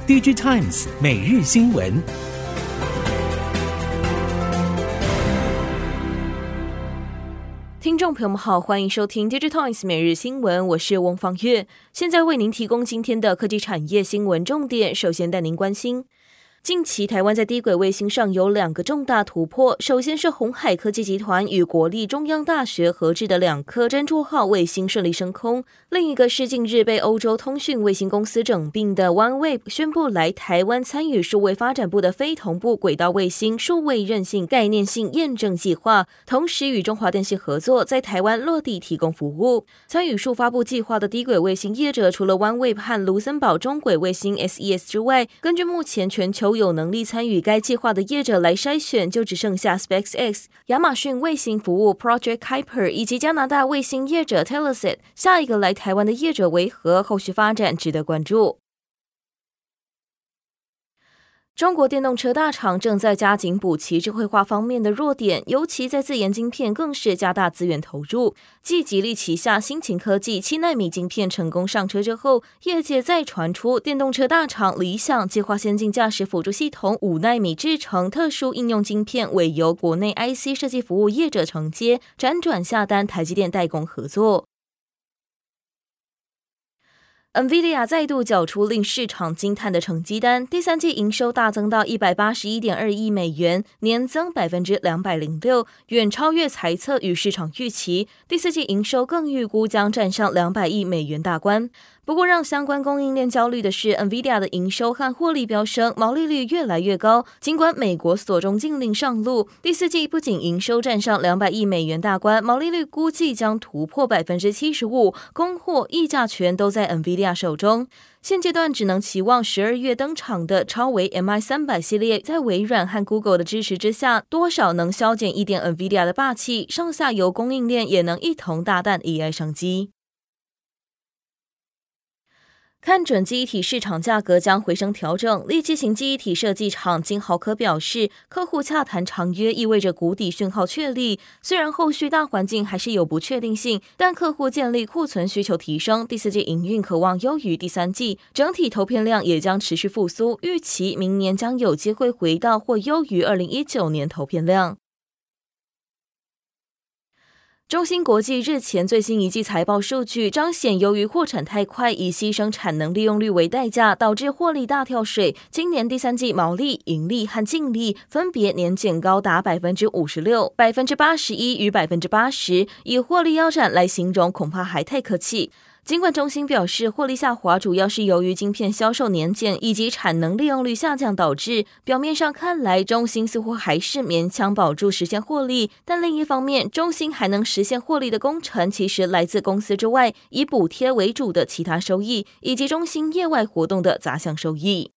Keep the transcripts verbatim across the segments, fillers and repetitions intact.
D J Times 每日新闻。 听众朋友们好，欢迎收听 D J Times 每日新闻，我是翁方月，现在为您提供今天的科技产业新闻重点。首先带您关心，近期台湾在低轨卫星上有两个重大突破，首先是鸿海科技集团与国立中央大学合制的两颗珍珠号卫星顺利升空，另一个是近日被欧洲通讯卫星公司整并的 OneWeb 宣布来台湾参与数位发展部的非同步轨道卫星数位韧性概念性验证计划，同时与中华电信合作，在台湾落地提供服务。参与数发布计划的低轨卫星业者除了 OneWeb 和卢森堡中轨卫星 S E S 之外，根据目前全球有能力参与该计划的业者来筛选，就只剩下 SpaceX、亚马逊卫星服务 Project Kuiper 以及加拿大卫星业者 Telesat。 下一个来台湾的业者为何？后续发展值得关注。中国电动车大厂正在加紧补齐智慧化方面的弱点，尤其在自研晶片更是加大资源投入。继吉利旗下新秦科技七奈米晶片成功上车之后，业界再传出电动车大厂理想计划先进驾驶辅助系统五奈米制程特殊应用晶片，委由国内 I C 设计服务业者承接，辗转下单台积电代工合作。NVIDIA 再度缴出令市场惊叹的成绩单，第三季营收大增到 一百八十一点二亿美元，年增 百分之两百零六， 远超越财测与市场预期。第四季营收更预估将站上两百亿美元大关。不过让相关供应链焦虑的是 NVIDIA 的营收和获利飙升，毛利率越来越高。尽管美国锁中禁令上路，第四季不仅营收站上两百亿美元大关，毛利率估计将突破 百分之七十五， 供货议价权都在 NVIDIA 手中。现阶段只能期望十二月登场的超微 M I 三百 系列，在微软和 Google 的支持之下，多少能削减一点 NVIDIA 的霸气，上下游供应链也能一同大啖 A I 商机。看准记忆体市场价格将回升调整，立基型记忆体设计厂金豪科表示，客户洽谈长约意味着谷底讯号确立，虽然后续大环境还是有不确定性，但客户建立库存需求提升，第四季营运可望优于第三季，整体投片量也将持续复苏，预期明年将有机会回到或优于二零一九年投片量。中芯国际日前最新一季财报数据彰显，由于扩产太快，以牺牲产能利用率为代价，导致获利大跳水。今年第三季毛利、盈利和净利分别年减高达 百分之五十六、百分之八十一 与 百分之八十， 以获利腰斩来形容恐怕还太客气。尽管中芯表示获利下滑主要是由于晶片销售年减以及产能利用率下降导致，表面上看来中芯似乎还是勉强保住实现获利，但另一方面，中芯还能实现获利的功臣其实来自公司之外以补贴为主的其他收益，以及中芯业外活动的杂项收益。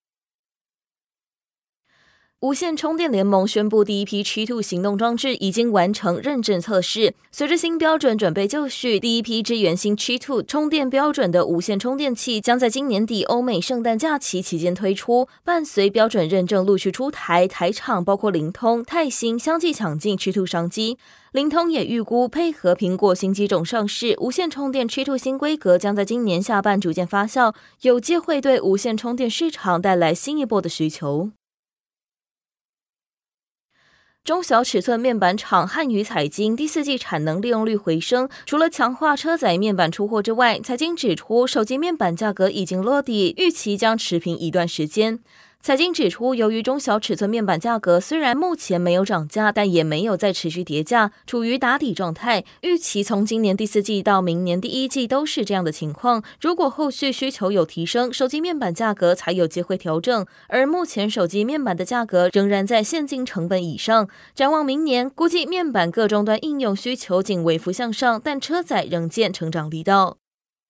无线充电联盟宣布，第一批 Qi 二 行动装置已经完成认证测试。随着新标准准备就绪，第一批支援新 Qi 二 充电标准的无线充电器将在今年底欧美圣诞假期期间推出。伴随标准认证陆续出台，台厂包括灵通、泰兴相继抢进 Qi 二 商机。灵通也预估，配合苹果新机种上市，无线充电 Qi 二 新规格将在今年下半逐渐发酵，有机会对无线充电市场带来新一波的需求。中小尺寸面板厂汉语彩晶第四季产能利用率回升，除了强化车载面板出货之外，彩晶指出手机面板价格已经落底，预期将持平一段时间。彩晶指出，由于中小尺寸面板价格虽然目前没有涨价，但也没有再持续跌价，处于打底状态，预期从今年第四季到明年第一季都是这样的情况。如果后续需求有提升，手机面板价格才有机会调整，而目前手机面板的价格仍然在现金成本以上。展望明年，估计面板各终端应用需求仅微幅向上，但车载仍见成长力道。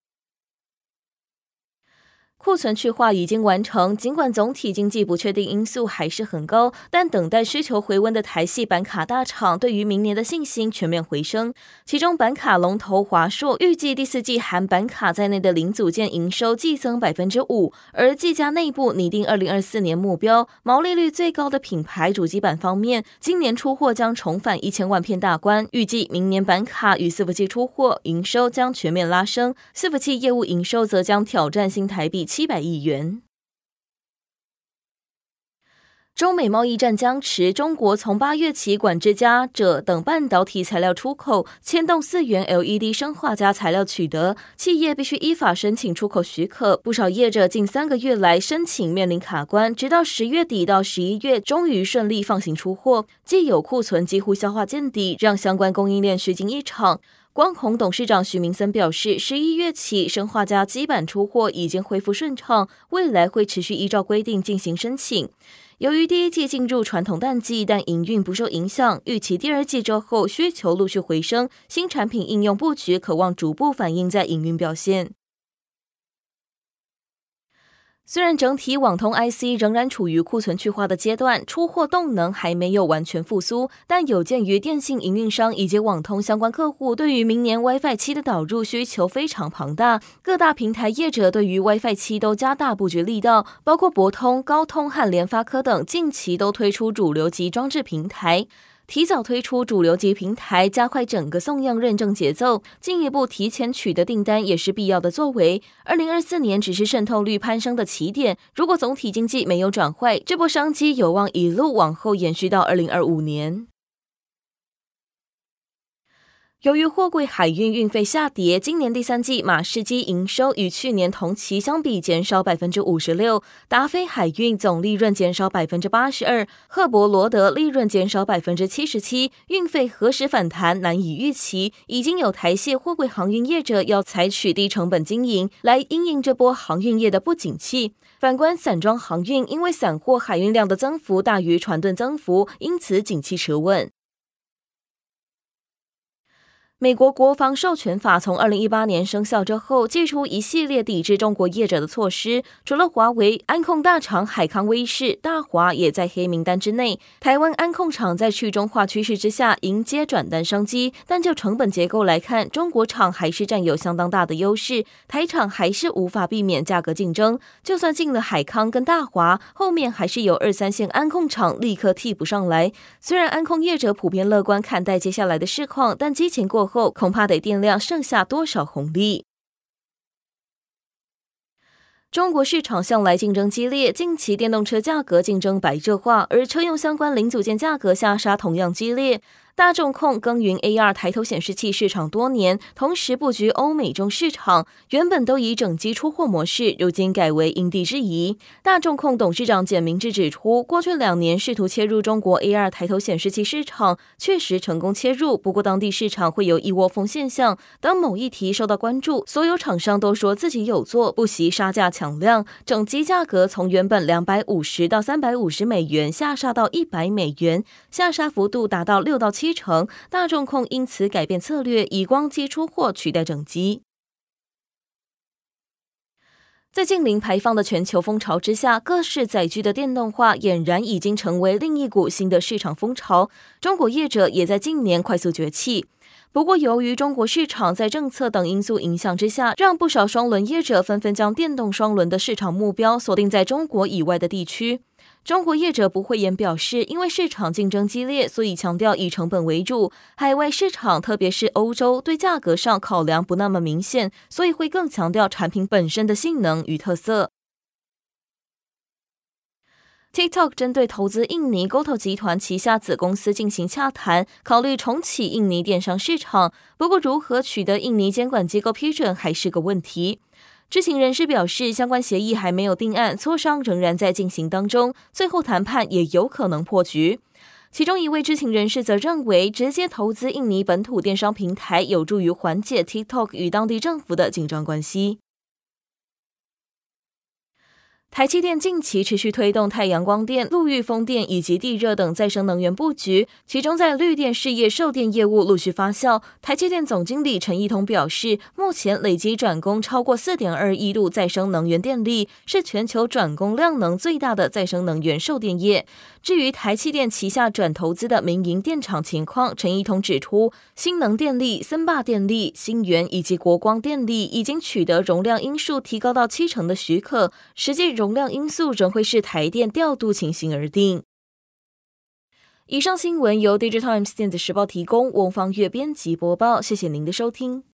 库存去化已经完成，尽管总体经济不确定因素还是很高，但等待需求回温的台系板卡大厂对于明年的信心全面回升。其中板卡龙头华硕预计第四季含板卡在内的零组件营收季增 百分之五， 而技嘉内部拟定二零二四年目标。毛利率最高的品牌主机板方面，今年出货将重返一千万片大关，预计明年板卡与伺服器出货营收将全面拉升，伺服器业务营收则将挑战新台币七百亿元。 中美贸易战僵持，中国从八月起管制镓、锗等半导体材料出口，牵动四元 L E D 砷化镓材料取得，企业必须依法申请出口许可。不少业者近三个月来申请面临卡关，直到十月底到十一月，终于顺利放行出货，既有库存几乎消化见底，让相关供应链虚惊一场。光弘董事长许明森表示，十一月起砷化镓基板出货已经恢复顺畅，未来会持续依照规定进行申请。由于第一季进入传统淡季，但营运不受影响，预期第二季之后需求陆续回升，新产品应用布局可望逐步反映在营运表现。虽然整体网通 I C 仍然处于库存去化的阶段，出货动能还没有完全复苏，但有鉴于电信营运商以及网通相关客户对于明年 WiFi 七的导入需求非常庞大，各大平台业者对于 WiFi 七都加大布局力道，包括博通、高通和联发科等近期都推出主流级装置平台。提早推出主流级平台，加快整个送样认证节奏，进一步提前取得订单也是必要的作为。二零二四年只是渗透率攀升的起点，如果总体经济没有转坏，这波商机有望一路往后延续到二零二五年。由于货柜海运运费下跌，今年第三季马士基营收与去年同期相比减少 百分之五十六， 达菲海运总利润减少 百分之八十二， 赫伯罗德利润减少 百分之七十七， 运费何时反弹难以预期，已经有台系货柜航运业者要采取低成本经营，来因应这波航运业的不景气。反观散装航运，因为散货海运量的增幅大于船吨增幅，因此景气持稳。美国国防授权法从二零一八年生效之后，祭出一系列抵制中国业者的措施。除了华为，安控大厂海康威视、大华也在黑名单之内。台湾安控厂在去中化趋势之下迎接转单商机，但就成本结构来看，中国厂还是占有相当大的优势，台厂还是无法避免价格竞争。就算进了海康跟大华，后面还是有二三线安控厂立刻替不上来。虽然安控业者普遍乐观看待接下来的市况，但激情过后恐怕得掂量剩下多少红利。中国市场向来竞争激烈，近期电动车价格竞争白热化，而车用相关零组件价格下杀同样激烈。大众控耕耘 A R 抬头显示器市场多年，同时布局欧美中市场，原本都以整机出货模式，如今改为因地制宜。大众控董事长简明志指出，过去两年试图切入中国 A R 抬头显示器市场，确实成功切入，不过当地市场会有一窝蜂现象，当某一题受到关注，所有厂商都说自己有做，不惜杀价抢量，整机价格从原本两百五十到三百五十美元下杀到一百美元，下杀幅度达到六到七成，大众控因此改变策略，以光机出货取代整机。在近零排放的全球风潮之下，各式载具的电动化俨然已经成为另一股新的市场风潮，中国业者也在近年快速崛起。不过由于中国市场在政策等因素影响之下，让不少双轮业者纷纷将电动双轮的市场目标锁定在中国以外的地区。中国业者不讳言表示，因为市场竞争激烈，所以强调以成本为主，海外市场特别是欧洲对价格上考量不那么明显，所以会更强调产品本身的性能与特色。TikTok 针对投资印尼 Gotoh 集团旗下子公司进行洽谈，考虑重启印尼电商市场，不过如何取得印尼监管机构批准还是个问题。知情人士表示，相关协议还没有定案，磋商仍然在进行当中，最后谈判也有可能破局。其中一位知情人士则认为，直接投资印尼本土电商平台有助于缓解 TikTok 与当地政府的紧张关系。台积电近期持续推动太阳光电、陆域风电以及地热等再生能源布局，其中在绿电事业售电业务陆续发酵。台积电总经理陈义通表示，目前累积转供超过 四点二亿度再生能源电力，是全球转供量能最大的再生能源售电业。至于台积电旗下转投资的民营电厂情况，陈义通指出，新能电力、森壩电力、新源以及国光电力已经取得容量因数提高到七成的许可，实际容量因素仍会视台电调度情形而定。以上新闻由 Digital Times 电子时报提供，翁方月编辑播报，谢谢您的收听。